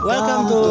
Welcome to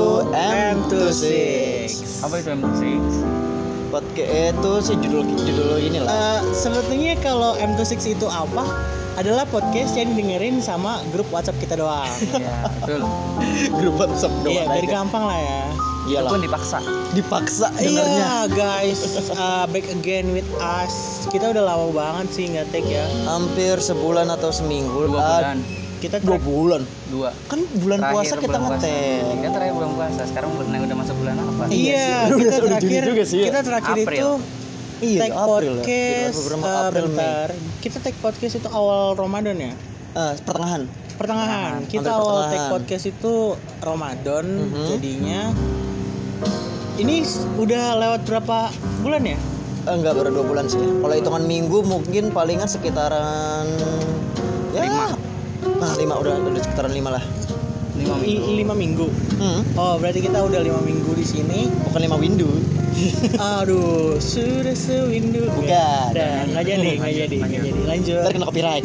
M26. Apa itu M26? Podcast itu sih judul inilah. Sebetulnya kalau M26 itu apa? Adalah podcast yang dengerin sama grup WhatsApp kita doang. Iya, betul. Grup WhatsApp doang. Iya, biar aja. gampang lah ya. Itu Iyalah. pun dipaksa. dengernya. Iya guys, back again with us. Kita udah lama banget sih nggak take ya. Hampir sebulan atau seminggu. 2 bulan. Kita 2 bulan. 2. Kan bulan Terakhir puasa kita bulan puasa. ngetek. Kita terakhir bulan puasa. Sekarang udah masuk bulan apa? Iya, Udah kita Juni terakhir juga sih ya. kita terakhir April. itu Iya, take April ya. podcast. Beberapa April, Mei. Bentar. Kita take podcast itu awal Ramadan ya. Pertengahan. Pertengahan. Kita hampir awal pertengahan. take podcast itu Ramadan. Mhm. Jadinya ini udah lewat berapa bulan ya? Enggak, baru 2 bulan sih. Kalau hitungan minggu mungkin palingan sekitaran ya 5 udah sekitaran 5 lah. 5 minggu. 5 minggu. Oh, berarti kita udah 5 minggu di sini. Bukan 5 windu. Aduh, sudah sewindu. Bukan. Nggak jadi. Lanjut. Ntar kena copyright.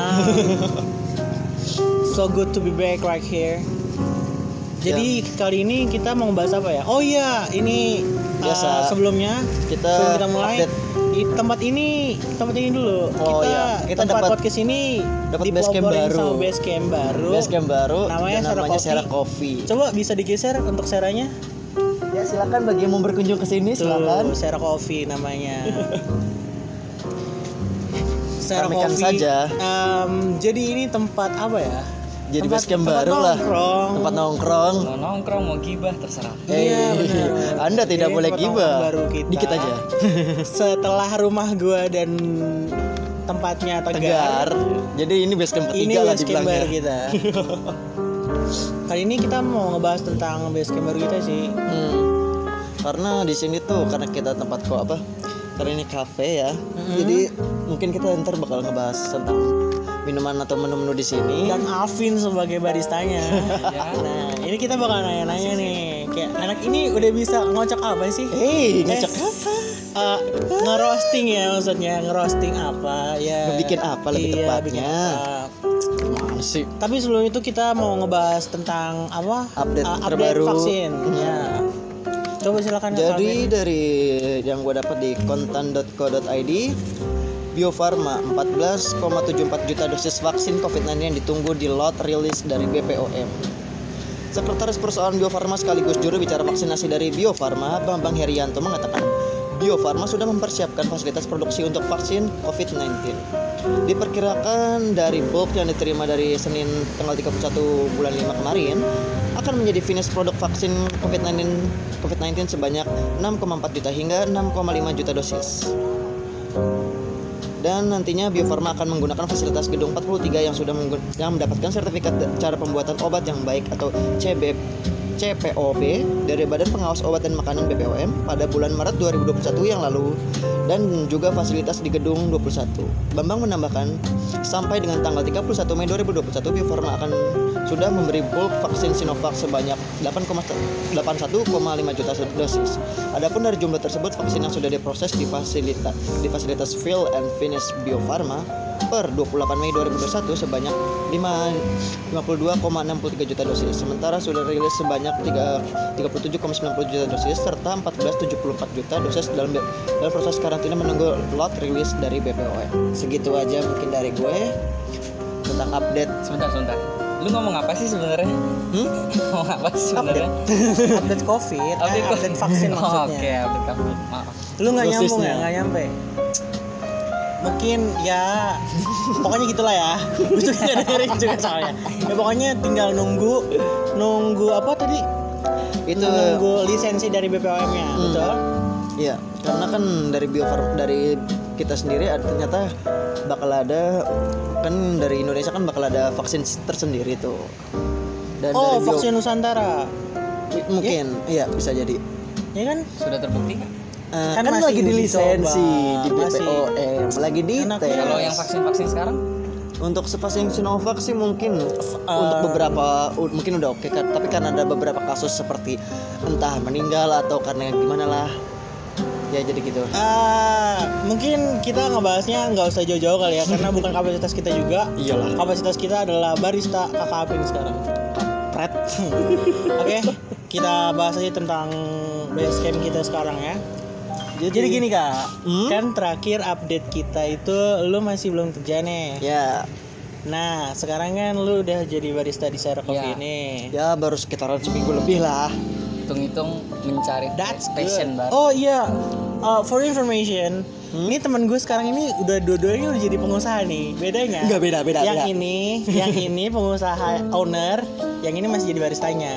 So good to be back right here. Jadi kali ini kita mau ngebahas apa ya? Oh iya, ini Biasa. sebelumnya Kita sebelum kita mulai update. tempat ini dulu. Oh iya, kita tempat dapat podcast ini base camp dipeloporin baru. sama base camp baru. Base camp baru Namanya dan Sera Sera Coffee. Coba bisa digeser untuk seranya? Ya silakan bagi yang mau berkunjung ke sini silakan. Tuh, Sera Coffee namanya. Sera Ramekan Coffee. saja. Jadi ini tempat apa ya? Jadi Tempat- base camp tempat baru lah. nongkrong. Tempat nongkrong. Mau nongkrong, mau gibah, terserah. Iya, benar. Anda tidak Jadi boleh tempat gibah. nongkrong baru kita. Dikit aja. Setelah rumah gua dan tempatnya Tegar. Jadi ini base camp Ini ketiga lah base camp baru dibilangnya. kita. Kali ini kita mau ngebahas tentang base camp baru kita sih. Karena di sini tuh karena kita tempat karena ini kafe ya. Jadi mungkin kita ntar bakal ngebahas tentang minuman atau menu-menu di sini. Dan Alvin sebagai baristanya. Ya. Nah, ini kita bakal nanya-nanya nih. Kayak anak ini udah bisa ngocok apa sih? Ngecek apa? Ngerosting ya maksudnya. Ngerosting apa ya? Ngebikin apa lebih iya, tepatnya. bikin apa. Gimana sih? Tapi sebelum itu kita mau ngebahas tentang apa? Update Update terbaru. vaksin. Ya. Coba silakan. Jadi Alvin. dari yang gue dapat di kontan.co.id, Bio Farma 14,74 juta dosis vaksin COVID-19 yang ditunggu di lot rilis dari BPOM. Sekretaris Perusahaan Bio Farma sekaligus juru bicara vaksinasi dari Bio Farma, Bambang Herianto mengatakan, Bio Farma sudah mempersiapkan fasilitas produksi untuk vaksin COVID-19. Diperkirakan dari bulk yang diterima dari Senin tanggal 31 bulan 5 kemarin akan menjadi finish produk vaksin COVID-19 sebanyak 6,4 juta hingga 6,5 juta dosis. Dan nantinya Bio Farma akan menggunakan fasilitas gedung 43 yang mendapatkan sertifikat cara pembuatan obat yang baik atau CPOB dari Badan Pengawas Obat dan Makanan BPOM pada bulan Maret 2021 yang lalu, dan juga fasilitas di gedung 21. Bambang menambahkan, sampai dengan tanggal 31 Mei 2021 Bio Farma akan sudah memberi bulk vaksin Sinovac sebanyak 8,5 juta dosis. Adapun dari jumlah tersebut, vaksin yang sudah diproses di fasilitas fill and finish Bio Farma per 28 Mei 2021 sebanyak 52,63 juta dosis. Sementara sudah rilis sebanyak 37,90 juta dosis serta 14,74 juta dosis dalam proses karantina menunggu lot rilis dari BPOM. Segitu aja mungkin dari gue tentang update. Sebentar. Lu ngomong apa sih sebenarnya? Ngomong apa sih sebenarnya? Update COVID, update vaksin maksudnya. Oke, update COVID. Maaf. Lu nggak nyambung Dosisnya. ya, nggak nyampe. Mungkin ya, pokoknya gitulah ya. Gue juga nggak dengerin juga soalnya. Ya pokoknya tinggal nunggu apa tadi? Itu Nunggu lisensi dari BPOM-nya, betul? Iya, karena kan dari Bio Farma, dari kita sendiri ternyata bakal ada, kan dari Indonesia kan bakal ada vaksin tersendiri tuh. Dan Oh, dari vaksin Nusantara, mungkin iya bisa jadi. ya kan? Sudah terbukti kan? Kan masih lagi di uji lisensi coba. di BPOM, lagi di Anaknya. Kalau yang vaksin sekarang? Untuk vaksin Sinovac sih mungkin untuk beberapa mungkin udah oke kan, tapi karena ada beberapa kasus seperti entah meninggal atau karena gimana lah. Ya jadi gitu. Mungkin kita ngebahasnya nggak usah jauh-jauh kali ya, karena bukan kapasitas kita juga. Iyalah. Kapasitas kita adalah barista kakak Apin sekarang. kampret. Oke, kita bahas aja tentang base camp kita sekarang ya. Jadi gini Kak, kan terakhir update kita itu lu masih belum kerja nih. Ya. Nah, sekarang kan lu udah jadi barista di Sarah Coffee Ya. ini. Ya baru sekitaran seminggu lebih lah. Hitung-hitung mencari That's passion good. baru. Oh iya, for information, ini teman gue sekarang ini udah dua-duanya udah jadi pengusaha nih. Bedanya? Enggak, beda. Yang ini pengusaha owner, yang ini masih jadi baristanya.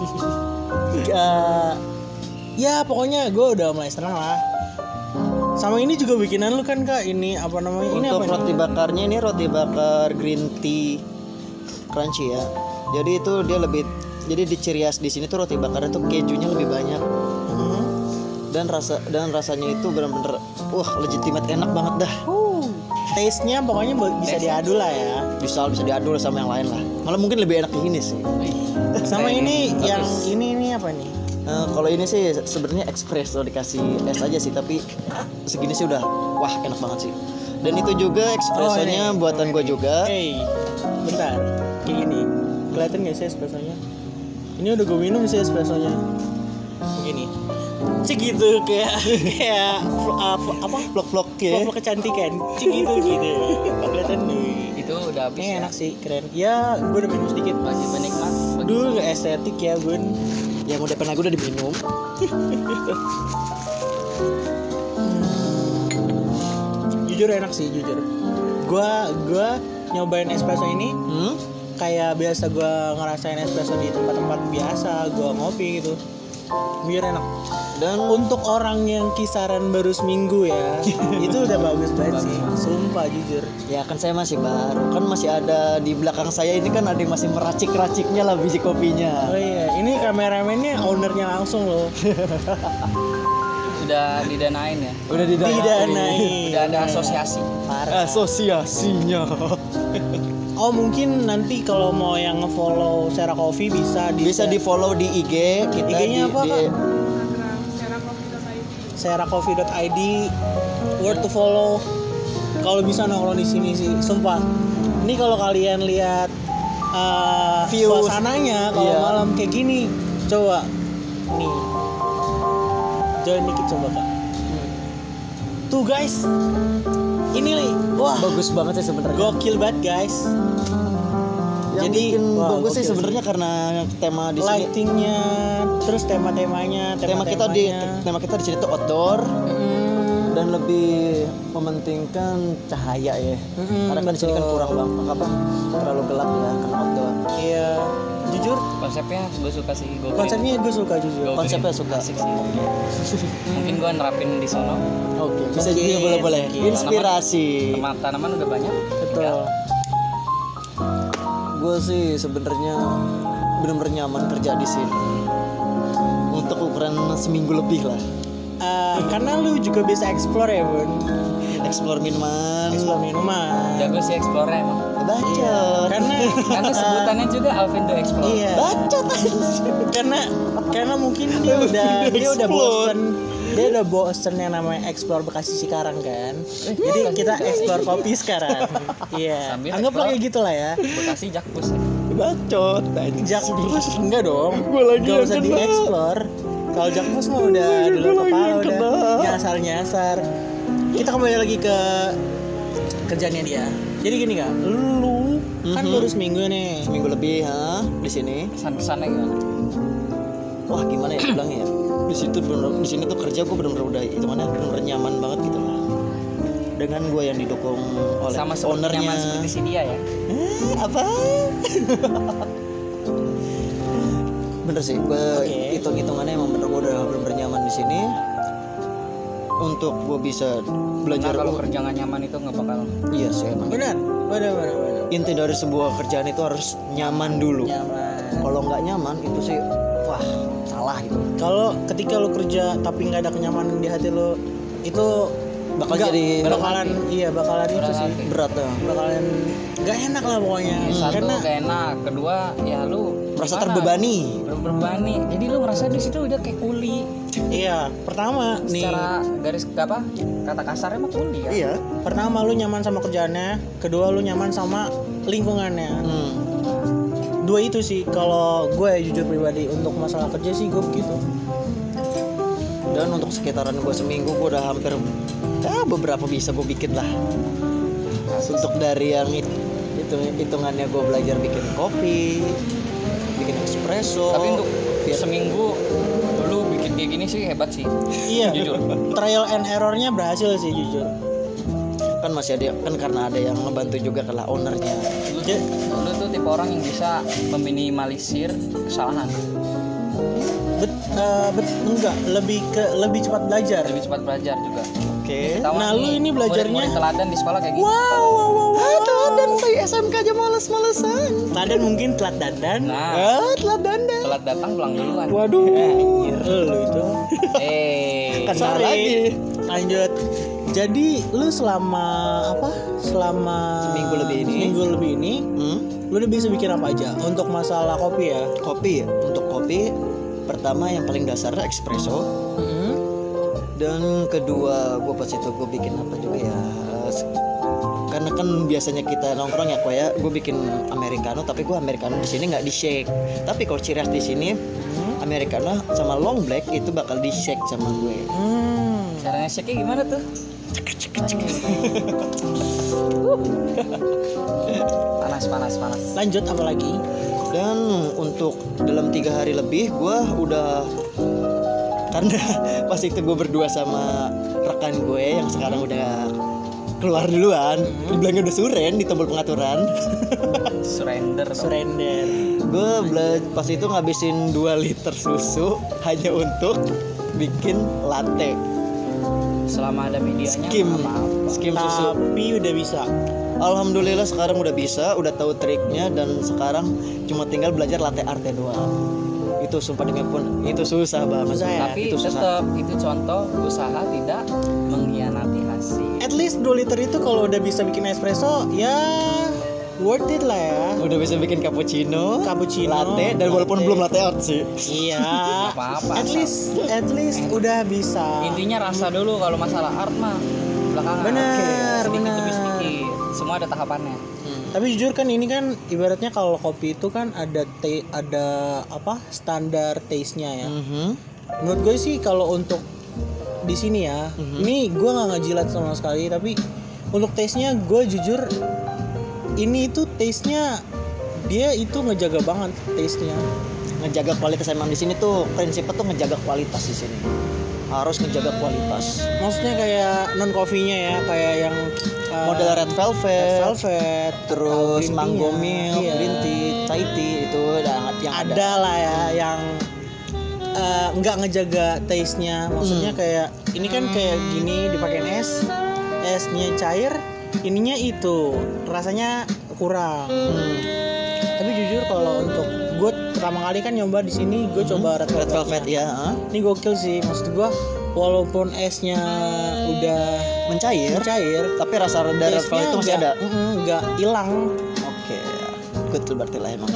Ya pokoknya gue udah mulai senang lah. Sama ini juga bikinan lu kan Kak, ini apa namanya? Ini Untuk apa roti bakarnya ini roti bakar green tea crunchy ya. Jadi itu dia lebih, jadi di ciri khas di sini tuh roti bakarnya tuh kejunya lebih banyak. Dan rasanya itu benar-benar legitimate enak banget dah. Taste-nya pokoknya bisa diadu lah ya. Bisa diadul sama yang lain lah. Malah mungkin lebih enak yang ini sih. Sama Keren. ini Bagus. yang ini apa nih? Kalau ini sih sebenarnya espresso dikasih es aja sih, tapi segini sih udah wah enak banget sih. Dan itu juga espressonya buatan gue juga. Hey, bentar, kayak gini. Kelihatan gak sih espressonya? Ini udah gue minum sih espressonya. Begini. Cik gitu kayak apa? Vlog-vlog ya. Vlog kecantikan. Cik gitu. Kelihatan nih. Itu udah habis Ini ya. enak sih, keren. Ya, gue udah minum sedikit. Masih menikmat. Dulu nggak estetik ya, Bun. Yang udah pernah gue udah diminum. Jujur enak sih, jujur. Gua nyobain espresso ini kayak biasa gua ngerasain espresso di tempat-tempat biasa, gua ngopi gitu. Biar enak. Dan Untuk orang yang kisaran baru seminggu ya, itu udah bagus banget sih. Sumpah jujur. ya kan saya masih baru, kan masih ada di belakang saya ini kan ada yang masih meracik-raciknya lah biji kopinya. Oh iya, ini kameramennya ownernya langsung loh. Udah didanain ya. Udah Didanain. Udah ada asosiasi. Parah. asosiasinya. Oh mungkin nanti kalau mau yang nge-follow Sarah Coffee bisa Bisa di follow di IG kita. IG-nya apa, di Kak? Sarahcoffee.id, word to follow. Kalau bisa nongkrong di sini sih, sumpah. Ini kalau kalian lihat Views. suasananya kalau Iya. malam kayak gini, coba nih, join dikit coba Kak. Tuh guys, ini nih, wah bagus banget sih sebenarnya. gokil banget guys. Yang Jadi, bikin wah, bagus sih gokil sebenarnya karena tema di sini. Lightingnya, terus tema-temanya, Tema kita di sini tuh outdoor dan lebih mementingkan cahaya ya. Karena kan di sini kan betul. kurang terlalu gelap ya karena outdoor. Iya, jujur Konsepnya gue suka sih. Gokil. konsepnya gue suka jujur. Gokil. Konsepnya suka. Asik sih. Mungkin gue nerapin di sono. Oke, bisa Mungkin, juga boleh. mungkin. Inspirasi. Tanaman udah banyak. Betul. Gue sih sebenarnya benar-benar nyaman kerja di sini. Untuk ukuran seminggu lebih lah. Karena lu juga bisa explore ya Bun. Explore minuman. Explore minuman. Jago sih explore emang. Bacot. Karena sebutannya juga Alvin the Explorer. Iya. Bacot. Karena mungkin dia udah Explore. bosen yang namanya explore Bekasi Cikarang kan. Jadi kita explore kopi sekarang. Iya. Sambil Anggaplah explore. kayak gitulah ya. Bekasi Jakpus ya. Bacot. Jakpus enggak dong. Gua lagi Gak yang usah kena. dieksplor. Kalau Jakpus mah udah dulu Gua lagi kepala yang udah kena. nyasar. Kita kembali lagi ke kerjaannya dia. Jadi gini Kak, lu kan baru seminggu nih. Seminggu lebih di sini. Kesan-kesannya gimana? Wah, gimana ya bilangnya ya? Di sini tuh kerja gue benar-benar udah hitungannya benar-benar nyaman banget gitu lah. Dengan gue yang didukung oleh Sama seperti ownernya. nyaman seperti si dia ya. Apa? Bener sih, gue Oke. hitung-hitungannya emang bener gue udah bener-bener nyaman di sini. Untuk gue bisa belajar. Karena kalau kerja nggak nyaman itu nggak bakal. Iya sih emang. Benar. Inti dari sebuah kerjaan itu harus nyaman dulu. Nyaman. Kalau nggak nyaman itu sih wah salah gitu. Kalau ketika lu kerja tapi nggak ada kenyamanan di hati lu, itu bakalan itu sih. Berat ya. Bakalan nggak enak lah pokoknya. Satu Karena gak enak, kedua ya lu Merasa gimana? terbebani. Terbebani. Jadi lu ngerasa di situ udah kayak kuli. iya, pertama nih, Secara garis apa? Kata kasarnya mah kuli ya. Iya. pertama lu nyaman sama kerjaannya, kedua lu nyaman sama lingkungannya. dua itu sih kalau gue jujur pribadi untuk masalah kerja sih gue begitu. Dan untuk sekitaran gue seminggu gue udah hampir beberapa bisa gue bikin lah. Untuk dari yang itu hitungannya gue belajar bikin kopi, bikin espresso. Tapi untuk seminggu lu bikin kayak gini sih hebat sih. Iya. Jujur. Trial and errornya berhasil sih jujur. Kan masih ada kan karena ada yang ngebantu juga kalau ownernya. Lu tuh tipe orang yang bisa meminimalisir kesalahan. Enggak, lebih cepat belajar. Lebih cepat belajar juga. Oke. Nah, lu ini belajarnya murid teladan di sekolah kayak gitu. Wow. Dan saya SMK aja males-malesan. Teladan mungkin telat dandan. Nah, Telat dandan. telat datang pulang duluan. Waduh, anjir lu itu. Kan Sorry. lagi. Lanjut. Jadi lu selama Seminggu lebih ini. lu udah bisa bikin apa aja untuk masalah kopi ya? Kopi ya. Untuk kopi pertama yang paling dasar espresso. Dan kedua gue pas itu gue bikin apa juga ya, karena kan biasanya kita nongkrong ya kayak gue bikin americano, tapi gue americano di sini nggak di shake. Tapi kalau ciri khas di sini americano sama long black itu bakal di shake sama gue. Caranya shake gimana tuh? Panas. Lanjut apa lagi? Dan untuk dalam 3 hari lebih gue udah, karena pas itu gue berdua sama rekan gue yang sekarang udah keluar duluan, dibilangnya udah suren di tombol pengaturan. Surrender. Gue pas itu ngabisin 2 liter susu hanya untuk bikin latte. Selama ada medianya Skim susu. Tapi udah bisa. Alhamdulillah sekarang udah bisa, udah tahu triknya, dan sekarang cuma tinggal belajar latte art doang. Itu sumpah demi pun itu susah banget. Susah ya? Tapi itu susah. tetap itu contoh usaha tidak mengkhianati hasil. At least 2 liter itu kalau udah bisa bikin espresso ya worth it lah ya. Udah bisa bikin cappuccino, latte, dan walaupun latte. belum latte art sih. Iya. Nggak apa-apa, At least udah bisa. Intinya rasa dulu, kalau masalah art mah belakangan. Benar, Sedikit benar. demi sedikit. Semua ada tahapannya. Tapi jujur kan ini kan ibaratnya kalau kopi itu kan ada standar taste-nya ya. Menurut gue sih kalau untuk di sini ya, ini gue nggak ngejilat sama sekali, tapi untuk taste-nya gue jujur ini itu taste-nya dia itu ngejaga banget taste-nya. Ngejaga kualitas, emang di sini tuh prinsipnya tuh ngejaga kualitas di sini. Harus ngejaga kualitas. Maksudnya kayak non coffee-nya ya, kayak yang Model red velvet, terus atau green mango tea-nya. milk, Iya. green tea, chai tea, itu udah yang ada lah ya yang nggak ngejaga taste-nya. Maksudnya kayak ini kan kayak gini dipakein esnya cair, ininya itu rasanya kurang. Tapi jujur kalau untuk gue pertama kali kan nyoba di sini, gue coba red velvet ya. Ini gokil sih, maksud gue walaupun esnya udah mencair, tapi rasa dari red velvet itu masih ada. Nggak hilang. Oke, good berarti lah emang.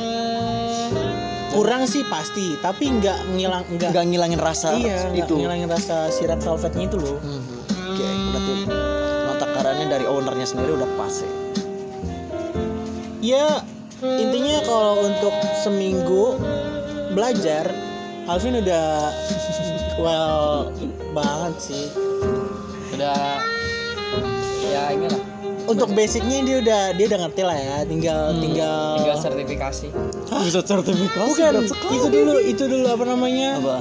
Kurang sih pasti, tapi nggak ngilangin rasa itu. Ngilangin rasa si red velvetnya itu loh. Oke, berarti takarannya dari ownernya sendiri udah pas sih. Ya intinya kalau untuk seminggu belajar, Alvin udah well banget sih. Udah ya inilah. Untuk basicnya dia udah ngerti lah ya, tinggal sertifikasi. Bisa sertifikasi. Bukan, itu dulu apa namanya? Apa?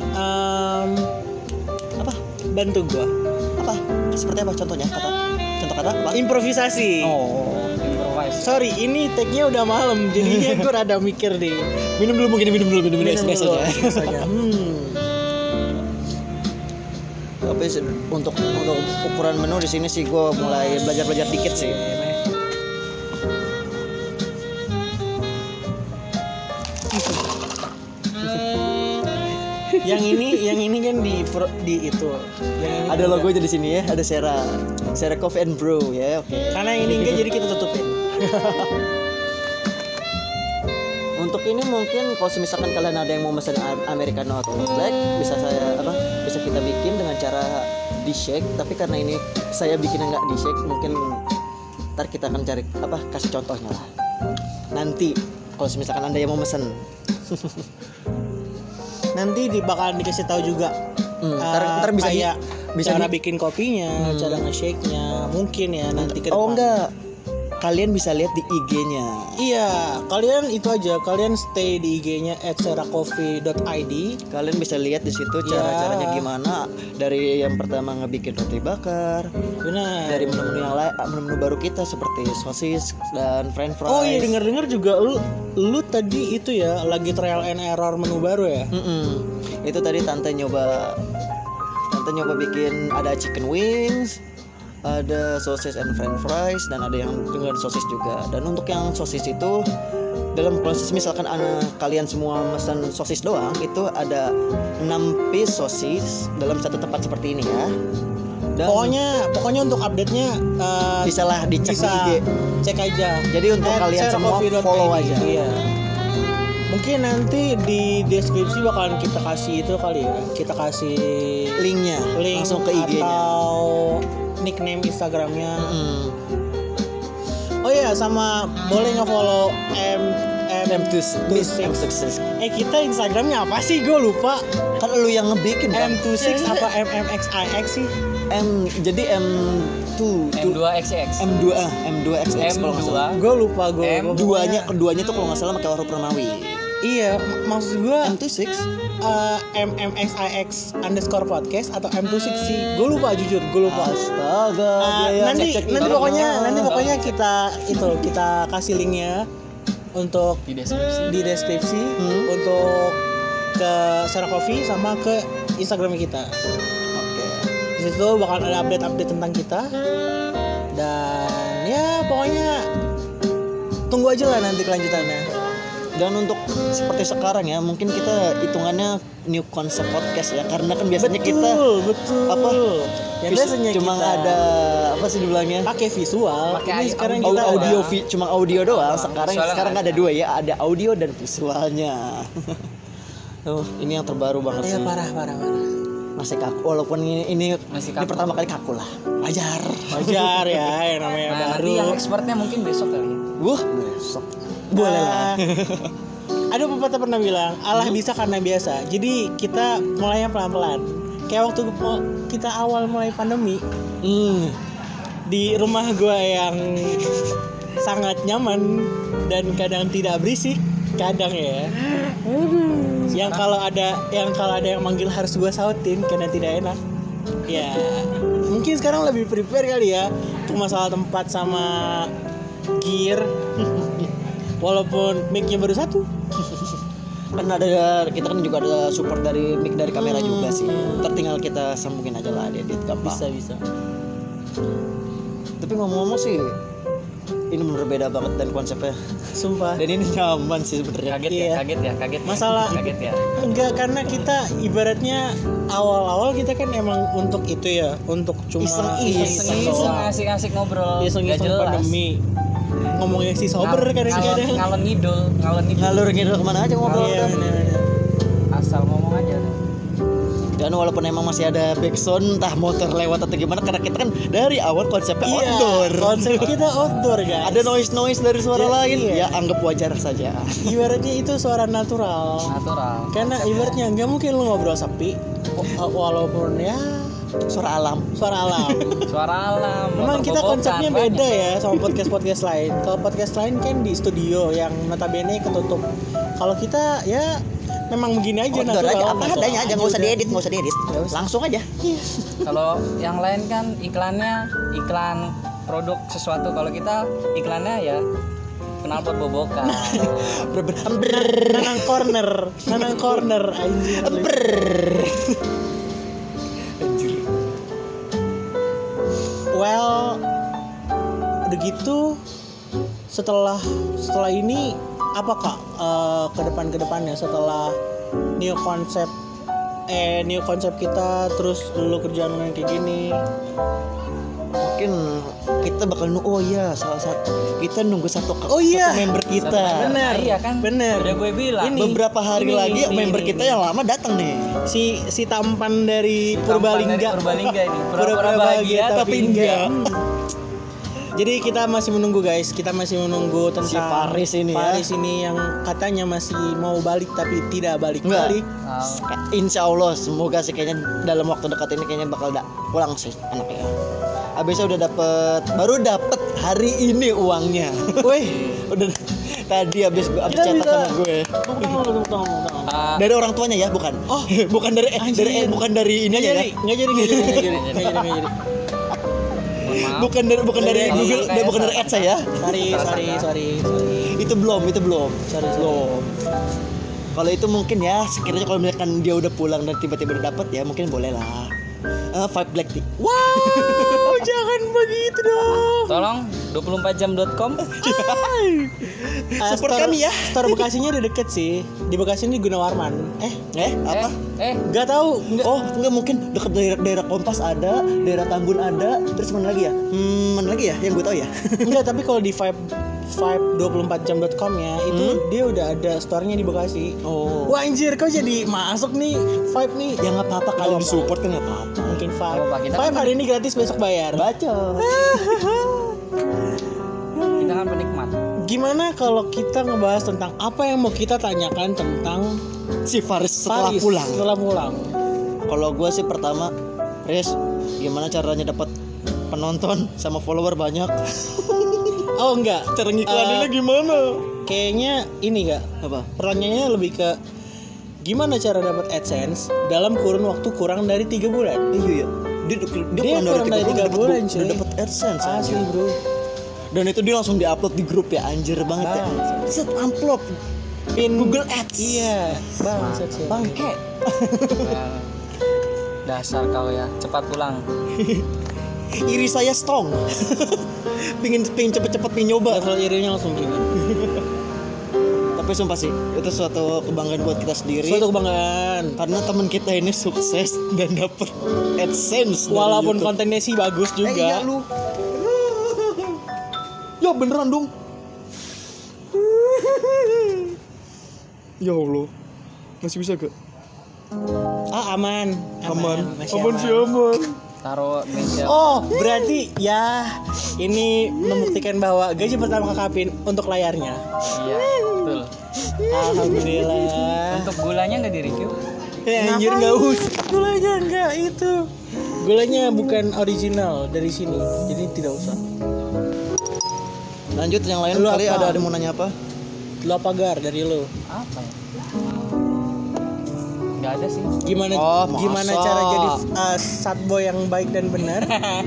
Apa? Bantu gua. Apa? Seperti apa contohnya? Contoh kata apa? Improvisasi. Improvise. Sorry, ini tag-nya udah malam, jadinya gua rada mikir deh. Minum dulu espressonya. Tapi untuk ukuran menu di sini sih gue mulai belajar dikit sih. yang ini kan di itu. Yang ini ada logo di sini ya, ada Sera Coffee and Brew ya, oke. Karena ini enggak jadi kita tutupin. Untuk ini mungkin kalau misalkan kalian ada yang mau pesan americano atau black, bisa kita bikin dengan cara di shake. Tapi karena ini saya bikinnya nggak di shake, mungkin ntar kita akan cari kasih contohnya lah nanti. Kalau misalkan Anda yang mau mesen. Nanti bakalan dikasih tahu juga. Ntar bisa kayak cara di bikin kopinya, cara nge-shake-nya, mungkin ya nanti ke depan. Oh enggak. Kalian bisa lihat di IG-nya. Iya, kalian itu aja, kalian stay di IG-nya @seracoffee.id. Kalian bisa lihat di situ cara-caranya gimana, dari yang pertama ngebikin roti bakar. Benar. Dari menu-menu yang lain, menu baru kita seperti sosis dan french fries. Oh iya, dengar-dengar juga lu tadi itu ya lagi trial and error menu baru ya? Itu tadi tante nyoba bikin, ada chicken wings, ada sosis and french fries, dan ada yang dengan sosis juga. Dan untuk yang sosis itu, dalam proses misalkan kalian semua pesan sosis doang, itu ada 6 piece sosis dalam satu tempat seperti ini ya. Dan Pokoknya untuk update-nya bisalah dicek di IG. Cek aja. Jadi untuk kalian semua follow aja. Iya. Mungkin nanti di deskripsi bakalan kita kasih itu kali ya. Kita kasih Linknya langsung ke IG-nya atau nickname Instagramnya. Oh iya, sama boleh nge-follow M26. Kita Instagramnya apa sih? Gue lupa. Kan lu yang ngebikin kan? M26 apa MMXIX sih? Jadi M2XX. M2XX kalau nggak salah. Gue lupa Keduanya tuh kalau nggak salah pakai huruf Romawi. Iya, maksud gue M26 MMXIX_podcast atau M26 sih. Gue lupa, jujur gue lupa. Astaga. Nanti pokoknya kita kasih linknya untuk Di deskripsi. Untuk ke Sera Coffee sama ke Instagram kita. Oke. Di situ bakal ada update tentang kita. Dan ya pokoknya tunggu aja lah nanti kelanjutannya. Dan untuk seperti sekarang ya, mungkin kita hitungannya new concept podcast ya, karena kan biasanya betul. Ya biasanya cuma kita ada apa sih dibilangnya? Pakai visual. Ini sekarang audio, kita audio cuma audio doang. Sekarang ada dua ya, ada audio dan visualnya. Ini yang terbaru banget sih. Ya parah. Masih kaku, walaupun ini pertama kali kaku lah. Wajar ya, yang namanya baru. Nanti yang expertnya mungkin besok kali ya. Besok. Boleh lah. Ada pepatah pernah bilang, Allah bisa karena biasa. Jadi kita mulainya pelan-pelan. Kayak waktu kita awal mulai pandemi, di rumah gue yang sangat nyaman dan kadang tidak berisik, kadang ya. Yang kalau ada yang manggil harus gue sautin karena tidak enak. Ya, mungkin sekarang lebih prepare kali ya untuk masalah tempat sama gear. Walaupun mic-nya baru satu. Kan kita kan juga ada support dari mic dari kamera juga sih. Ntar tinggal kita sambungin aja lah, edit gampang. Bisa. Tapi ngomong-ngomong sih, ini bener beda banget dan konsepnya. Sumpah. Dan ini nyaman sih sebenarnya. Kaget. Masalah kaget ya. Enggak, karena kita ibaratnya awal-awal kita kan emang untuk itu ya, untuk cuma iseng asik-asik ngobrol. Iseng-iseng pandemi. Ngomongnya si sober kadang-kadang. Ngalor ngidul Kemana aja ngobrol. Asal ngomong aja. Dan walaupun emang masih ada backsound, entah motor lewat atau gimana, karena kita kan dari awal konsepnya outdoor. Konsep kita outdoor, guys. Ada noise dari suara lain, ya anggap wajar saja. Ibaratnya itu suara natural. Karena ibaratnya nggak mungkin lu ngobrol sepi, walaupun ya suara alam. Memang kita konsepnya beda ya sama podcast lain. Kalau podcast lain kan di studio yang notabene ketutup. Kalau kita ya memang begini aja, natural aja, apa adanya aja, nggak usah diedit. Langsung aja. Kalau yang lain kan iklan produk sesuatu, kalau kita iklannya ya knalpot bobokan. Nanang corner anjir. Well, udah gitu setelah ini apa Kak kedepannya setelah new konsep kita, terus lu kerjaan lu yang kayak gini? Mungkin kita bakal salah satu kita nunggu satu member kita. Bener. Udah gue bilang. Beberapa hari lagi member kita yang lama datang nih. Si tampan dari Purbalingga. Purbalingga ini. Pura-pura bahagia tapi enggak. Jadi kita masih menunggu guys, kita masih menunggu tentang Si Faris ini ya. Faris ini yang katanya masih mau balik tapi tidak balik-balik. Insya Allah semoga sih kayaknya dalam waktu dekat ini kayaknya bakal pulang sih anaknya. Abisnya baru dapet hari ini uangnya. Woi, Udah tadi abis kita chat bisa sama gue. tepuk tangan. Dari orang tuanya ya, bukan? Oh, bukan dari bukan dari ini ya. Nggak jadi. Mohon maaf. Bukan dari Kalau Google, rekayasa. bukan dari ads ya. Sorry. Itu belum. Sorry. Belum. Kalau itu mungkin ya sekiranya kalau misalkan dia udah pulang dan tiba-tiba udah dapet ya mungkin boleh lah. Five Black Tea. Wow, jangan begitu dong. Tolong 24jam.com. Support kami ya. Store Bekasinya udah deket sih. Di Bekasi ini Gunawarman. Apa? Nggak tahu. Oh, enggak mungkin dekat daerah Kompas ada, daerah Tambun ada, terus mana lagi ya? Mana lagi ya yang gue tahu ya? Enggak, tapi kalau di vibe24jam.com ya itu dia udah ada store-nya di Bekasi. Oh. Wah anjir, kau jadi masuk nih Vibe nih. Ya nggak apa-apa kalau disupport kan nggak apa-apa. Mungkin Vibe. Apa, kita Vibe kan hari ini gratis, besok bayar. Baca. Kita kan penikmat. Gimana kalau kita ngebahas tentang apa yang mau kita tanyakan tentang Si Faris setelah Faris pulang. Setelah pulang. Kalau gue sih pertama, Riz, gimana caranya dapat penonton sama follower banyak? Oh enggak, Cara ngiklaninnya gimana? kayaknya ini enggak. Apa? Pertanyaannya lebih ke gimana cara dapat AdSense dalam kurun waktu kurang dari 3 bulan. Iya. Dia kurang dari 3 bulan cuy. udah dapat AdSense Asli anjir. bro. Dan itu dia langsung diupload di grup ya, anjir banget ya. Set amplop Pin Google Ads. Iya, bangsat sih. Bangke. Dasar kau ya, cepat pulang. Iri saya strong. pingin cepet-cepet pingin nyoba. Level irinya langsung tinggi. Tapi sumpah sih, itu suatu kebanggaan buat kita sendiri. Suatu kebanggaan. Karena teman kita ini sukses dan dapet AdSense dari Walaupun YouTube. kontennya sih bagus juga. Iya lu. Ya beneran dong. Ya Allah. Masih bisa gak? Aman. Masih aman. Taruh meja. Oh, berarti ya ini membuktikan bahwa gaji pertama Kakapin untuk layarnya. Iya, betul. Alhamdulillah. Untuk gulanya nggak di-review? Anjir enggak usah. Gulanya enggak itu. Gulanya bukan original dari sini. Jadi tidak usah. Lanjut yang lain Lu kali apa? ada mau nanya apa? Lo pagar dari lo. Apa ya? Nggak ada sih. Gimana Oh, gimana masa? cara jadi sad boy yang baik dan benar?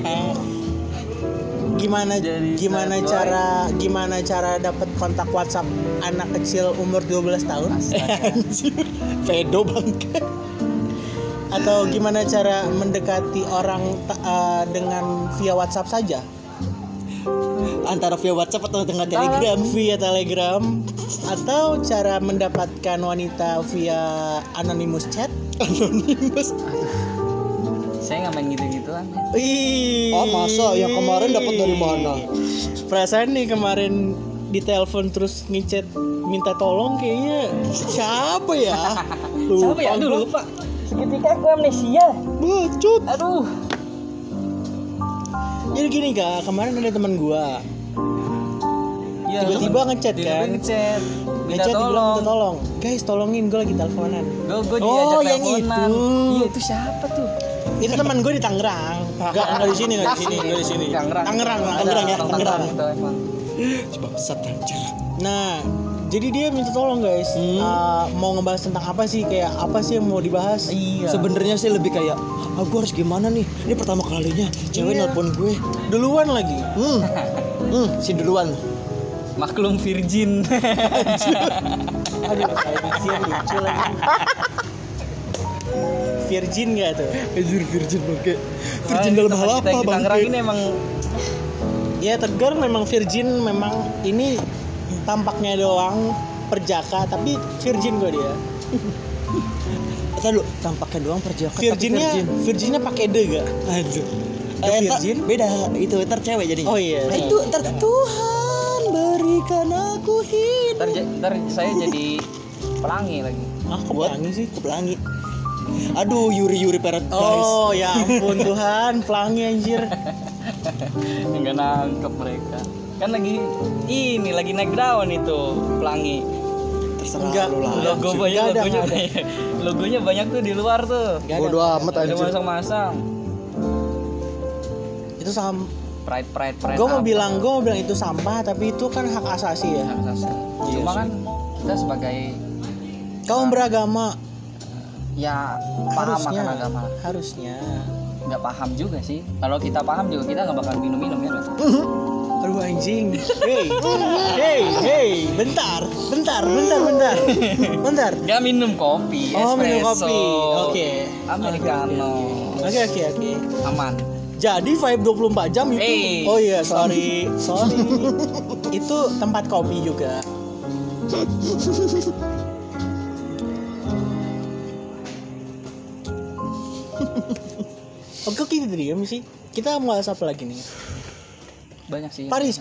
Gimana Jadi gimana sad boy. gimana cara dapat kontak WhatsApp anak kecil umur 12 tahun? Astaga. Pedo bangke. Atau gimana cara mendekati orang dengan via WhatsApp saja? Antara via WhatsApp atau dengan Telegram? Via Telegram atau cara mendapatkan wanita via anonymous chat? Anonymous. Saya nggak main gitu-gituan. Wih. Oh, masa? Yang kemarin dapat dari mana? Perasaan nih kemarin ditelepon terus ngechat minta tolong kayaknya siapa ya? Siapa ya? Aduh, lupa. Seketika aku amnesia. Bacot. Aduh. Jadi gini kak, kemarin ada teman gua Ya, tiba-tiba ngechat tiba-tiba kan, ngechat. Minta ngechat dibilang minta tolong. tolong, guys tolongin gue lagi teleponan. Gue Oh, diajak yang teleponan. itu. Iya, itu siapa tuh? Itu teman gue di Tangerang, nggak di sini, nggak di sini. Tangerang ya, Tangerang. Itu emang. Bangsat anjir. Nah, jadi dia minta tolong guys, mau ngebahas tentang apa sih, kayak apa sih yang mau dibahas? Iya. Sebenarnya sih lebih kayak gue harus gimana nih? Ini pertama kalinya cewek Iya. nelpon gue. Duluan lagi. Si duluan. Maklum virgin. Aduh, virgin lucu lagi. Virgin gak tuh? Anjir virgin bangke. Wah, Virgin ini dalam teman hal kita apa yang di Tangerang bangke? ini emang Ya tegar memang virgin, memang ini tampaknya doang perjaka, tapi virgin gue dia. Kan lu tampaknya doang perjaka Virginnya, tapi virgin. virginnya pakai de gak? Anjir. Virgin? Beda itu ntar cewek jadinya. Oh iya. Itu ntar Tuhan berikan aku hidup. ntar saya jadi pelangi lagi. Ah, kok pelangi sih? Pelangi. Aduh, Yuri Paradise. Oh ya ampun Tuhan, pelangi anjir. Nggak nangkep mereka. Kan lagi naik daun itu pelangi. Terserah Enggak, lu lah. Logonya banyak tuh di luar tuh. Bodo amat Ada anjir. masang-masang. Itu Pride. gue mau bilang itu sampah, tapi itu kan hak asasi ya. Iya Cuma sih. kan kita sebagai Kamu beragama ya paham akan agama. harusnya. Nggak paham juga sih. Kalau kita paham juga kita nggak bakal minum ya nggak? Aduh anjing. Hey, bentar. Nggak minum kopi, Oh, espresso. minum kopi. Oke. Americano. Oke. Aman. Jadi Vibe 24 jam itu. Hey. Oh iya, sorry. Itu tempat kopi juga. Oke, kita diam sih. Kita mau bahas apa lagi nih? Banyak sih. Paris.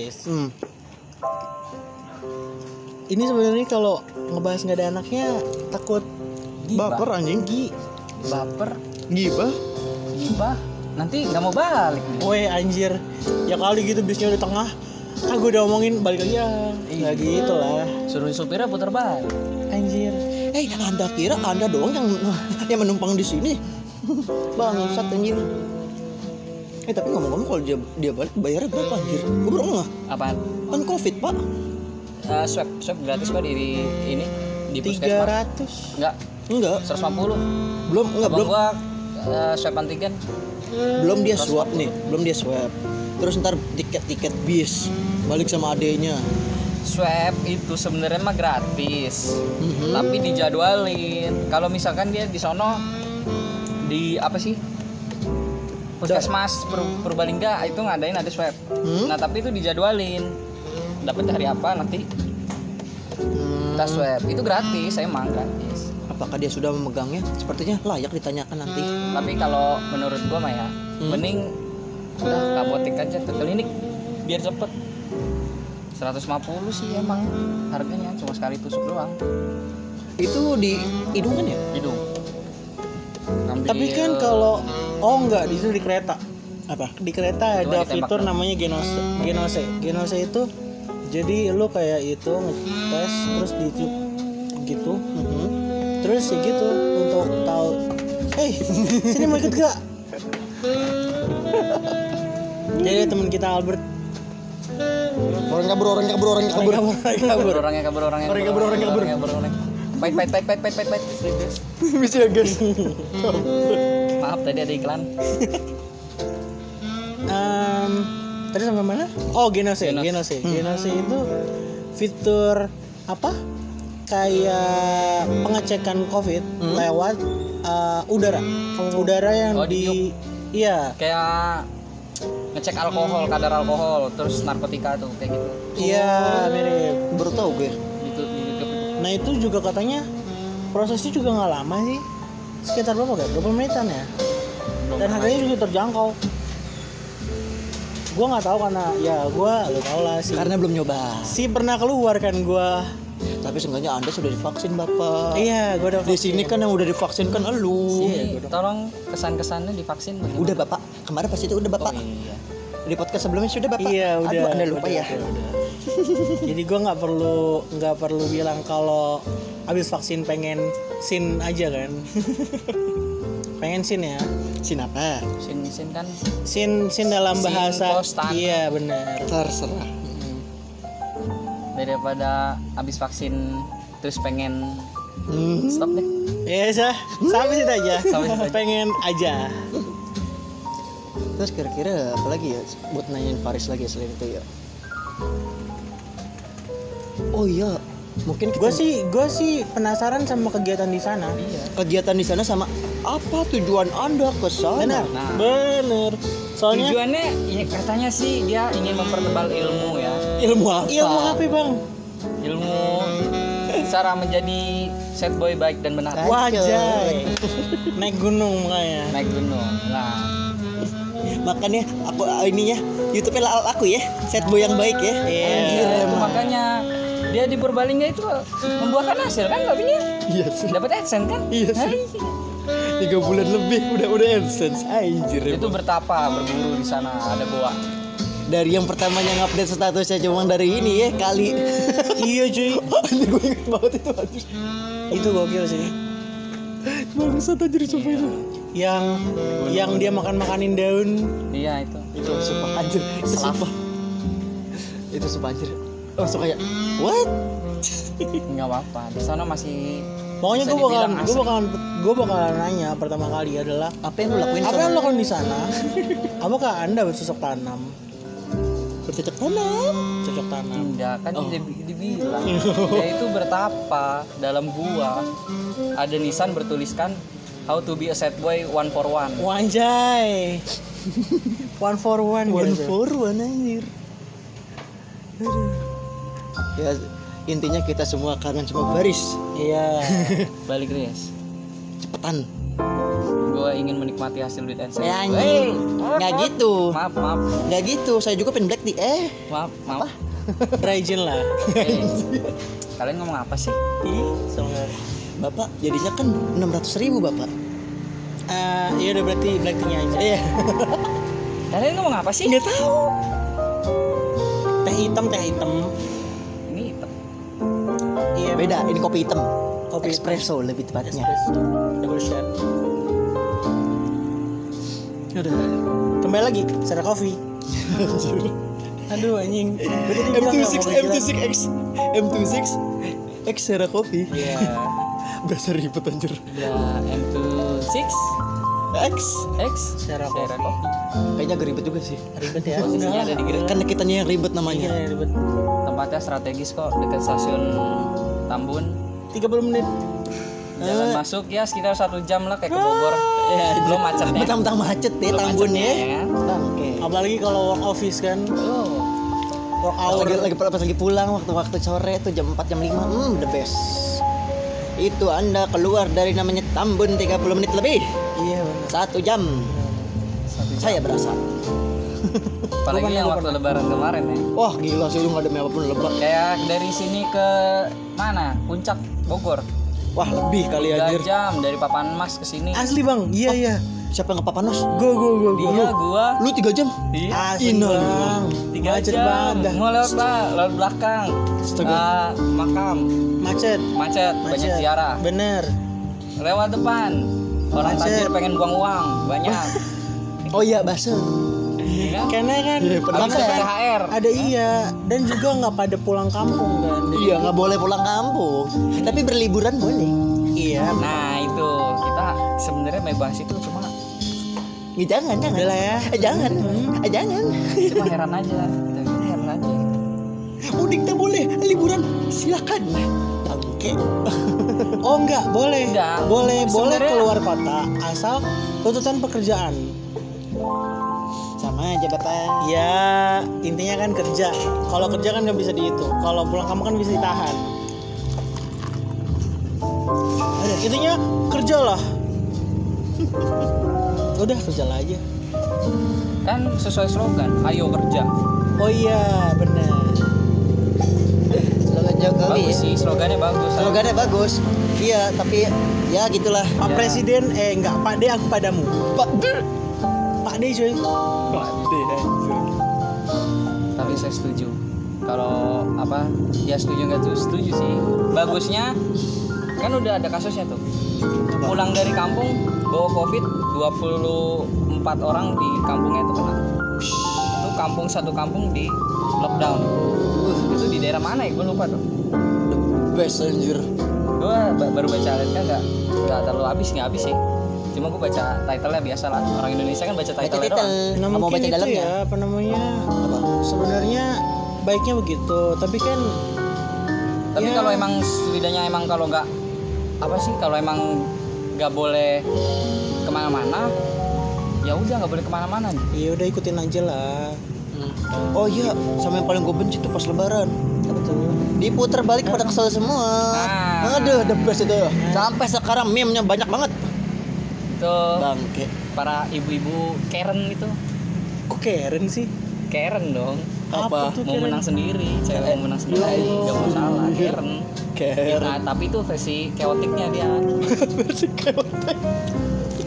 Ini sebenarnya kalau ngebahas nggak ada anaknya takut Baper anjing. Baper. Gibah. Nanti nggak mau balik nih. Woi anjir, ya kali gitu bisnya di tengah. Gue udah omongin balik lagi ya. Nggak gitu lah. Suruh supirnya putar balik. Anjir. Anda kira Anda doang yang menumpang di sini? Bangsat anjir. Tapi ngomong-ngomong kalau dia balik bayarnya berapa anjir? Gue baru ngeh. Apaan? Kan Covid, Pak. Swab gratis kok di ini di puskesmas. 300. Enggak, Enggak. 150. Belum Gua swab antigen. Belum dia swab nih, belum dia swab. Terus ntar tiket bis balik sama adenya. Swab itu sebenarnya mah gratis. Tapi dijadwalin. Kalau misalkan dia di sono di apa sih? Puskesmas Purbalingga itu ngadain ada swab. Nah, tapi itu dijadwalin. Dapat hari apa nanti kita swab. Itu gratis, emang gratis. Apakah dia sudah memegangnya? Sepertinya layak ditanyakan nanti. Tapi kalau menurut gua mah ya, mending udah kapotik aja ke klinik biar cepet. 150 sih emang harganya, cuma sekali tusuk doang. Itu di hidung kan ya? Hidung. Tapi kan kalau enggak di situ di kereta. Apa? Di kereta Itu ada ditembak fitur dong. namanya Genose itu jadi lu kayak itu ngetes terus ditiup gitu. Terus ya gitu untuk tahu. Sini mau ikut gak? Jadi teman kita Albert. Orang kabur. Orangnya kabur. Pait. Bisa ya guys. Maaf tadi ada iklan. Tadi sampai mana? Oh, Genose itu fitur apa? Kayak pengecekan COVID lewat udara yang di iya. Kayak ngecek kadar alkohol, terus narkotika tuh kayak gitu. Iya, mirip. Baru tahu gue. Gitu di YouTube. Nah, itu juga katanya prosesnya juga nggak lama sih. Sekitar berapa kan? 20 menitan ya. Dan harganya juga terjangkau. Gue nggak tahu karena ya gue lo tau lah sih. Karena belum nyoba. Pernah keluar kan gue. Tapi seenggaknya Anda sudah divaksin, Bapak. Iya, gue udah Di sini kan yang udah divaksin kan elu. Ini tolong kesan-kesannya divaksin bagaimana? Udah, Bapak. Kemarin pas itu udah, Bapak. Oh iya. Di podcast sebelumnya sudah, Bapak. Iya, udah. Aduh, Anda lupa udah. ya. Jadi gue nggak perlu bilang kalau abis vaksin pengen sin aja kan. Pengen sin ya. Sin apa? Sin kan Sin dalam Sin bahasa. postan. Iya benar. Terserah. daripada abis vaksin terus pengen stop deh. Ya sampai situ aja. Sampai situ aja. Pengen aja. Terus kira-kira apa lagi ya buat nanyain Faris lagi selain itu ya? Oh iya, mungkin Gue sih penasaran sama kegiatan di sana. Iya. kegiatan di sana sama apa tujuan Anda ke sana? Nah. Bener. Soalnya Tujuannya ya katanya sih dia ingin mempertebal ilmu ya. Ilmu apa? ilmu apa bang? Ilmu cara menjadi sad boy baik dan benar. Wajay. Naik gunung makanya. Naik gunung. Nah, Makanya aku ininya YouTube-nya aku ya, set boy yang baik ya. Iya. itu makanya dia di Purbalingga itu membuahkan hasil kan kopinya. Iya sih. Dapat AdSense kan? Iya sih. Nah, 3 bulan lebih udah AdSense anjir. Itu bertapa berburu di sana, ada goa. Dari yang pertamanya ngupdate statusnya cuma dari ini ya kali. Iya cuy, Anjir gue inget banget itu anjir. itu gokil sih. Bangsat anjir sumpah itu. Yang dia makanin daun. Iya itu. Itu sumpah anjir. Itu sumpah. Itu sumpah anjir. Langsung kayak what? Nggak apa-apa. Di sana masih. Pokoknya bisa dibilang asri. gue bakalan nanya pertama kali adalah Apa yang lu lakuin? apa yang lo lakukan di sana? Apakah anda bercocok tanam? Bercocok tanam? Cocok tanam. Enggak kan dibilang dia itu bertapa dalam gua. Ada nisan bertuliskan how to be a sad boy 1-for-1. Wanjay. 1-for-1 One gitu. for one anjir. Aduh. Ya intinya kita semua kangen sama baris. Iya. Balik Riz. Cepetan. Gua ingin menikmati hasil duit AdSense. Ya anjing. Nggak gitu. Maaf. Nggak gitu. Saya juga pengen black tea. Maaf. Rajin lah. Kalian ngomong apa sih? Ih, soalnya. Bapak jadinya kan 600.000 Bapak. Iya udah berarti black tea-nya aja. Iya. Kalian ngomong apa sih? Nggak tahu. Teh hitam. Ini hitam. Iya. Beda. Ini kopi hitam. Kopi Espresso lebih tepatnya. Espresso. Double shot. Udah. Kembali lagi, Sarah Coffee. Aduh anjing. Berarti dia bilang nggak mau M26 X Sarah Coffee. Iya. Berasa ribet anjir. Ya M26 X Sarah Sarah Coffee. Coffee. kayaknya agak ribet juga sih. Ribet ya. Posisinya ada di Green. Kan kitanya yang ribet namanya. Iya, ribet. Tempatnya strategis kok, dekat stasiun Tambun. 30 menit. Jalan masuk ya sekitar 1 jam lah kayak ke Bogor. Belum macetnya. Mentang-mentang macet ya Belum Tambun macetnya, ya. ya. Oke. Apalagi kalau work office kan. Oh, Work Pas hour. lagi pulang waktu sore tuh jam 4 jam 5 the best. Itu Anda keluar dari namanya Tambun 30 menit lebih. Iya benar. 1 jam. 1 jam. Saya berasa. Apalagi yang waktu lebaran kemarin ya. Wah gila sih lu gak ada apapun lebak. Kayak dari sini ke mana? Puncak Bogor. Wah lebih kali 3 anjir. jam dari Papan Mas ke sini. Asli bang. Iya. Siapa yang ngepapanos? Go. Dia gua. Lu 3 jam? Iya. Asli Innalillah. bang. 3 Macet jam. banget dah. Mau lewat belakang. Astaga. Makam. Macet. Banyak ziarah. Bener. Lewat depan. Orang Macet. tajir pengen buang uang, banyak. Oh iya bahasa. Iya kan? Karena kan Iya, Habis Makanya dapat kan THR. ada iya dan juga nggak pada pulang kampung kan. Jadi- Iya nggak boleh pulang kampung. Tapi berliburan boleh. Iya. Nah, itu kita sebenarnya mau bahas itu cuma Jangan. Udah lah ya. Jangan. cuma heran aja. Kita gitu heran aja. Mudik tak boleh, liburan silakan. Bangke. Oh enggak, boleh. Enggak. Boleh Sebenarnya- keluar kota asal tuntutan pekerjaan. Sama aja Bapak. Ya intinya kan kerja. Kalau kerja kan nggak bisa dihitung. Kalau pulang kamu kan bisa ditahan. Intinya kerja lah. Udah kerja lah aja. Kan sesuai slogan, ayo kerja. Oh iya benar. Slogan Jokowi. Bagus sih, slogannya bagus. Slogannya bagus. Iya, tapi ya gitulah. Pak Ya. Presiden enggak Pak D aku padamu. Pak Pak D cuy. Tapi saya setuju. Kalau apa? Ya setuju nggak tuh? Setuju sih. Bagusnya kan udah ada kasusnya tuh. Pulang dari kampung bawa Covid 24 orang di kampungnya itu kena. Itu satu kampung di lockdown. Itu di daerah mana ya? Gue lupa tuh. Best anjir. Gue baru baca kan nggak terlalu nggak habis sih. Cuma gue baca title-nya biasa lah. Orang Indonesia kan baca Baca title-nya titel. doang. Nah, Nggak mau mungkin baca itu dalamnya. ya apa namanya? Apa? Sebenarnya baiknya begitu, tapi kan Tapi ya, kalau emang setidaknya emang kalau nggak apa sih kalau emang nggak boleh kemana-mana ya udah nggak boleh kemana-mana nih. ya udah ikutin aja lah. Oh iya, sama yang paling gue benci tuh pas lebaran. Apa tuh? Diputer balik pada kesel semua. Nah. Aduh, the best itu. Sampai sekarang meme-nya banyak banget. Itu Bangke. para ibu-ibu Karen itu Kok Karen sih? Karen dong. Apa? tuh Mau Karen? menang sendiri, cewek mau menang sendiri, Allah. nggak masalah. Karen. Karen. Nah, tapi itu versi chaoticnya dia. Versi chaotic.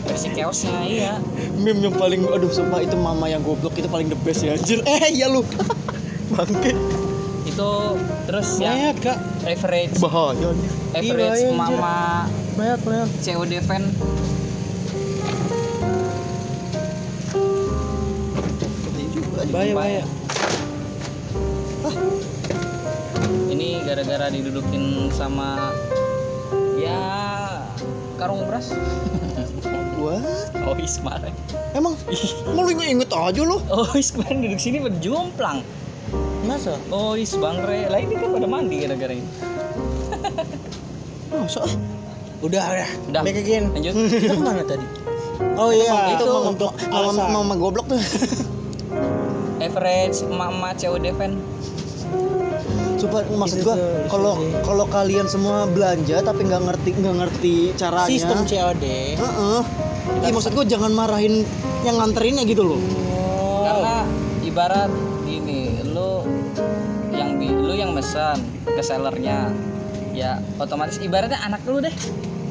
versi chaosnya. Iya. Meme yang paling aduh sumpah itu mama yang goblok itu paling the best ya anjir. Iya lu. Bangke. Itu terus Mayat, yang Kak. average Bahaya anjir. average Iya, anjir. mama Mayat. COD fan. Bahaya juga anjir. Bahaya. Ini gara-gara didudukin sama ya karung beras. What? Oh Ismail. Emang lu inget aja lu. Oh Ismail duduk sini berjumplang. Masa? Oh Bang Re. Lah ini kan pada mandi gara-gara ini. Masa? Udah. Back again. Lanjut. Kita kemana tadi? Oh iya, itu untuk alasan. mama goblok tuh. Average mama COD fan. Coba maksud Itu gua tuh, kalau kalian semua belanja tapi nggak ngerti caranya. Sistem COD. Heeh. Iya maksud gua jangan marahin yang nganterinnya gitu loh. Karena ibarat gini, lu yang mesen ke sellernya, ya otomatis ibaratnya anak lu deh.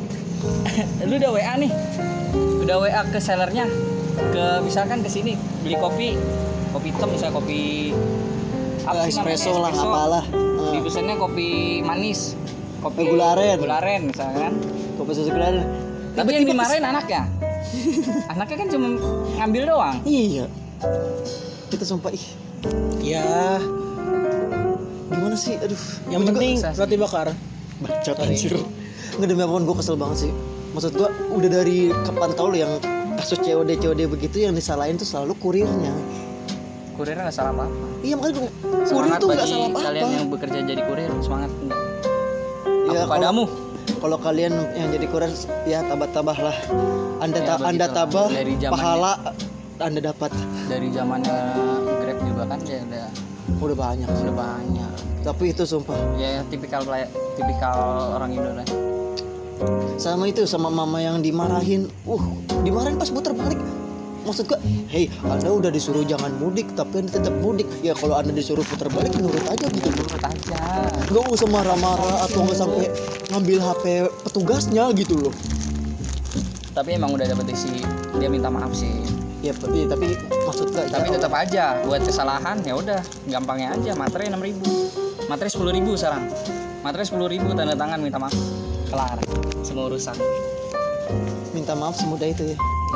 Lu udah WA nih, udah WA ke sellernya, misalkan ke sini beli kopi hitam misalnya kopi apa sih namanya, Espresso lah apalah. dipesannya kopi manis, kopi Gula aren misalkan. Kopi susu gula. Tapi yang dimarahin anaknya. Anaknya kan cuma ngambil doang. Iya. Kita sumpah Ya, gimana sih? Aduh. yang Gua juga penting susah sih. roti bakar. bacot anjir. Nggak demi apapun gue kesel banget sih. Maksud gue udah dari kapan tau lo yang kasus COD begitu yang disalahin tuh selalu kurirnya. Kurirnya nggak salah apa-apa. Iya makanya kurir Semangat tuh nggak bagi salah apa-apa. kalian yang bekerja jadi kurir, semangat. Ya, Aku padamu. Kalau kalian yang jadi kurir ya tabah lah. Anda Ya, anda begitulah. tabah Dari zamannya. pahala Anda dapat. Dari zamannya Grab juga kan ya Udah banyak. Tapi itu sumpah. Ya tipikal orang Indo lah. Sama itu sama mama yang dimarahin. Dimarahin pas muter balik. Maksud gua, hey, Anda udah disuruh jangan mudik, tapi Anda tetap mudik. Ya kalau Anda disuruh putar balik, nurut aja gitu. Menurut aja. Gak usah marah-marah atau nggak sampai ngambil HP petugasnya gitu loh. Tapi emang udah dapet isi, dia minta maaf sih. Ya tapi maksud gua. Tapi tetap aja buat kesalahan ya udah, gampangnya aja materai 6.000. Materai 10.000 sekarang. Materai 10.000 tanda tangan minta maaf. Kelar semua urusan. Minta maaf semudah itu ya.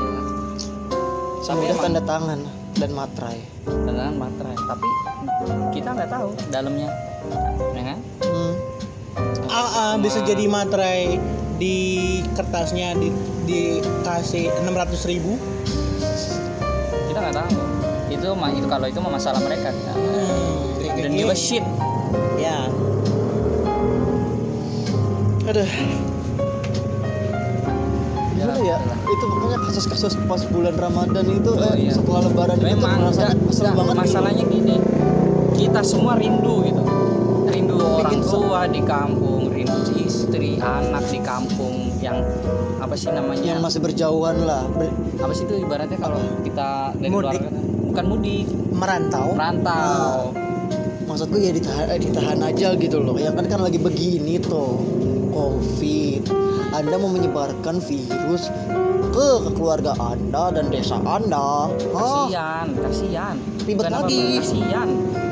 Tapi Semudah emang tanda tangan dan materai. tanda tangan materai. Tapi kita nggak tahu dalamnya, ya kan? Bisa jadi materai di kertasnya dikasih 600.000. Kita nggak tahu. Itu kalau itu mah masalah mereka. Dan juga shit. Ya. Aduh. Gimana ya? Itulah. Itu makanya kasus-kasus pas bulan Ramadan itu Iya. setelah Lebaran itu tuh Memang rasanya kesel banget. masalahnya gini, kita semua rindu gitu, rindu orang tua di kampung, rindu istri, anak di kampung yang apa sih namanya? Yang masih berjauhan lah. Apa sih itu ibaratnya kalau kita dari Mudik. keluarga, bukan mudik, Merantau. Maksud gue ya ditahan aja gitu loh. Ya kan lagi begini tuh COVID. Anda mau menyebarkan virus ke keluarga Anda dan desa Anda. Kasihan. Ribet Bukan lagi. Kasihan.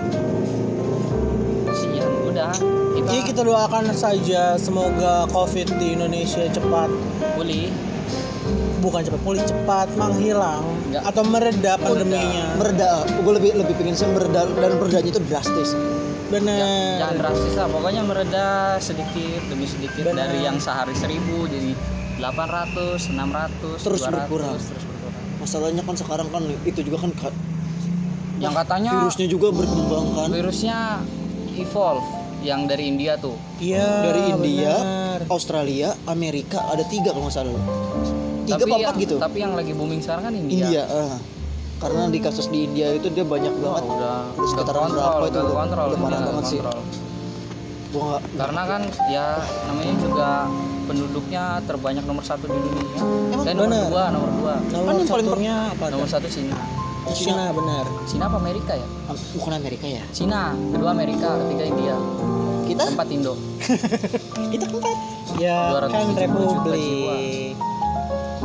Udah. Jadi kita doakan saja semoga COVID di Indonesia cepat pulih. Bukan cepat pulih, cepat menghilang. Enggak. Atau mereda pandeminya. Mereda. Gue lebih pengen sih mereda, dan meredanya itu drastis. Bener. Jangan drastis lah, pokoknya mereda sedikit demi sedikit. Bener. Dari yang sehari 1.000 jadi 800, 600, Terus 200, berkurang. terus berkurang. Masalahnya kan sekarang kan itu juga kan Yang katanya virusnya juga berkembang kan. virusnya evolve yang dari India tuh. Iya. Dari India, bener. Australia, Amerika ada 3 kalau nggak salah. 3 Tapi apa 4 gitu. Tapi yang lagi booming sekarang kan India. Karena di kasus di India itu dia banyak banget. Udah sekitaran berapa itu udah kontrol, udah parah banget sih. Gua Karena kan ya namanya juga penduduknya terbanyak nomor 1 di dunia. Emang Nomor bener. 2, nomor 2. Nomor Kan yang paling satunya apa? Nomor 1 Cina. Cina benar. Cina apa Amerika ya? bukan Amerika ya. Cina, kedua Amerika, ketiga India. Kita Keempat Indo. kita keempat. Ya 270 kan juta Republik.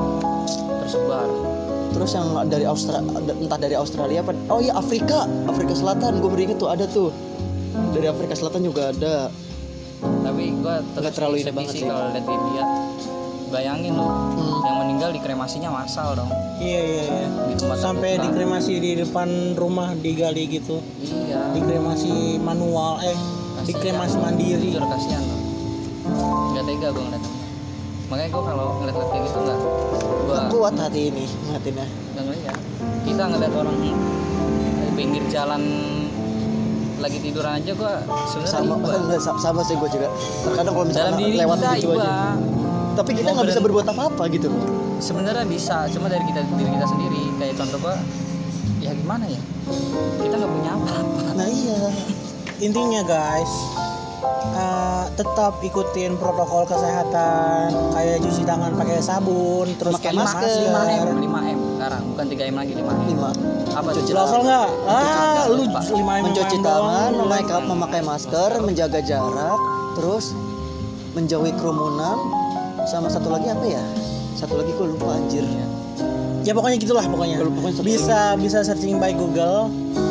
tersebar. Terus yang dari entah dari Australia apa, oh iya Afrika Selatan, gue baru inget tuh ada tuh dari Afrika Selatan juga ada. Tapi gue Nggak terlalu ini sedih banget sih sih. kalau lihat India. Bayangin loh, yang meninggal dikremasinya massal dong. Iya. Di tempat Sampai terbuka. dikremasi di depan rumah digali gitu. Iya. Dikremasi manual, dikremasi mandiri. Jujur kasihan loh. Gak tega gue ngeliatnya. Makanya gue kalau ngeliat kayak gitu nggak Kuat hati ini ngeliatinnya. nggak ngeliat. Kita ngeliat orang di pinggir jalan lagi tiduran aja gue sebenarnya Sama sih gue juga. Terkadang kalau dalam misalkan diri lewat kita gitu iba. aja. Tapi kita nggak bisa berbuat apa-apa gitu loh. Sebenarnya bisa, cuma dari diri kita sendiri. Kayak contoh gue, ya gimana ya? Kita nggak punya apa-apa. Nah iya. Intinya guys, tetap ikutin protokol kesehatan, kayak cuci tangan pakai sabun, terus Pakai pakai masker. 5M sekarang, bukan 3M lagi, 5M. 5. Apa Mencuci tuh? Level nggak? Lu lupa. 5 Mencuci tangan, memakai masker, menjaga jarak, terus menjauhi kerumunan, sama satu lagi apa ya? Satu lagi gue lupa anjir. Ya pokoknya gitulah pokoknya. Pokoknya satu Bisa searching by Google.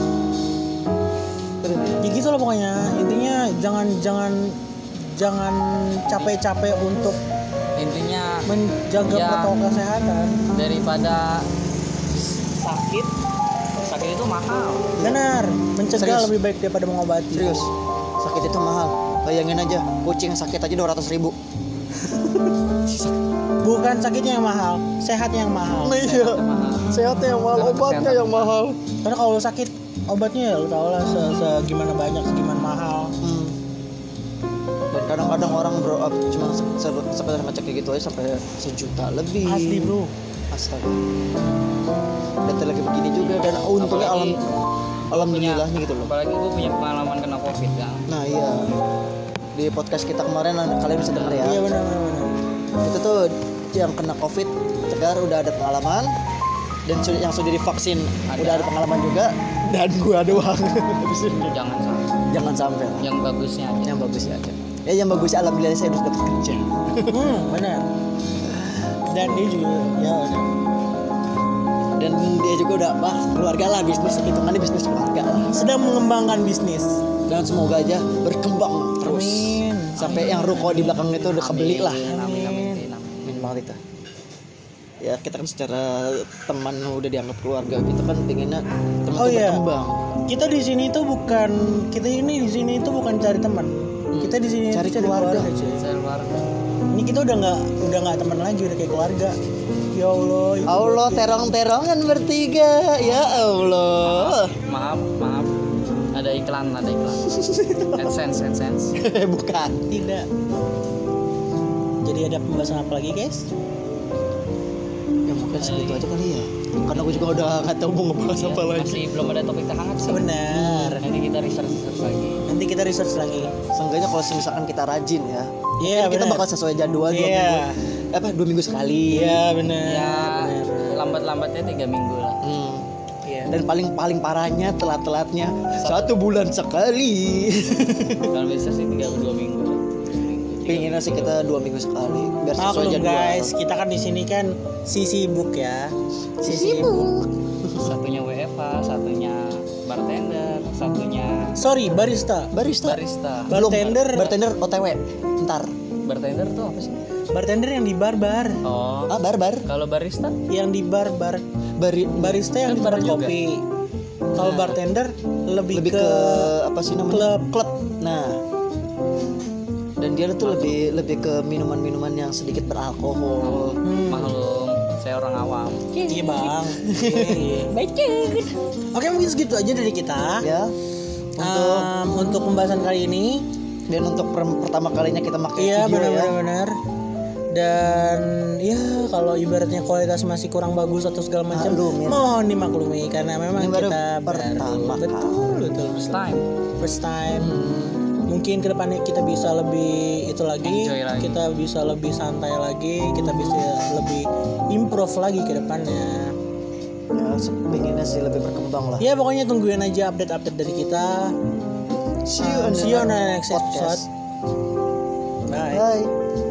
Ya gitu lah pokoknya. Intinya jangan capek-capek untuk Intinya menjaga ya, protokol kesehatan. daripada sakit itu mahal. Benar, mencegah Serius. lebih baik daripada mengobati. Serius, sakit itu mahal. Bayangin aja, kucing sakit aja 200.000. Bukan sakitnya yang mahal, sehatnya yang mahal. Nah iya, sehatnya yang mahal, obatnya yang mahal. Karena kalau sakit obatnya ya lu tau lah segimana banyak, segimana mahal. Dan kadang-kadang orang cuma sekedar ngecek kayak gitu aja sampai 1 juta lebih. Asli bro. Astaga. Dan lagi begini juga, dan untungnya alhamdulillahnya gitu loh. Apalagi gue punya pengalaman kena COVID kan. Nah iya, di podcast kita kemarin kalian bisa denger ya. Iya benar. Itu tuh yang kena COVID Tegar udah ada pengalaman, dan yang sudah divaksin udah ada pengalaman juga, dan gua doang di sini. Jangan sampai lah. yang bagusnya aja. Yang bagusnya aja. Ya yang bagusnya alhamdulillah saya udah dapat kerja. Benar. Dan dia juga ya udah. Dan dia juga udah keluarga lah, bisnis hitungannya bisnis keluarga lah. Sedang mengembangkan bisnis. Dan semoga aja berkembang terus. Amin. Sampai yang ruko di belakang itu udah kebeli lah. Amin. Amin banget itu. Ya kita kan secara teman udah dianggap keluarga, kita kan pengennya teman tuh berkembang. Kita di sini tuh bukan cari teman. Kita di sini cari keluarga. Ini kita udah nggak teman lagi, udah kayak keluarga. Ya Allah. Terong-terongan bertiga. Ya Allah. Maaf. Ada iklan. AdSense. Bukan. Tidak. Jadi ada pembahasan apa lagi guys? Ya mungkin segitu aja kali ya. Karena gue juga udah nggak tahu mau ngebahas apa lagi. Masih belum ada topik terhangat sih. Benar. Nanti kita research lagi. Seenggaknya kalau misalkan kita rajin ya. Iya kita benar. bakal sesuai jadwal 2 minggu. 2 minggu sekali. Iya benar. Ya lambat-lambatnya 3 minggu lah. Iya. Dan paling parahnya telat-telatnya 1 bulan sekali. Kalau bisa sih 2 minggu. Pinginnya sih kita 2 minggu sekali biar sesuai Maklum jadwal. guys, kita kan di sini kan sibuk ya. Sibuk. Satunya WFH, satunya bartender, satunya Barista. Bartender OTW. Ntar. Bartender tuh apa sih? Bartender yang di bar. Oh. Bar. Kalau barista? Yang di bar. Barista yang di Bar tempat juga. kopi. Kalau bartender lebih ke apa sih namanya? Klub. Nah. Dan dia tuh lebih ke minuman-minuman yang sedikit beralkohol. Maklum, saya orang awam. Iya bang. Baiknya. Oke, mungkin segitu aja dari kita. Ya. Untuk pembahasan kali ini. Dan untuk pertama kalinya kita pakai video ya. Benar. Dan ya kalau ibaratnya kualitas masih kurang bagus atau segala macam, mohon dimaklumi karena memang kita pertama betul. First time. Mungkin kedepannya kita bisa lebih itu lagi, kita bisa lebih santai lagi, kita bisa lebih improve lagi ke depannya. Ya, pengennya sih lebih berkembang lah. Ya pokoknya tungguin aja update dari kita. See you on the next episode. Bye. Bye.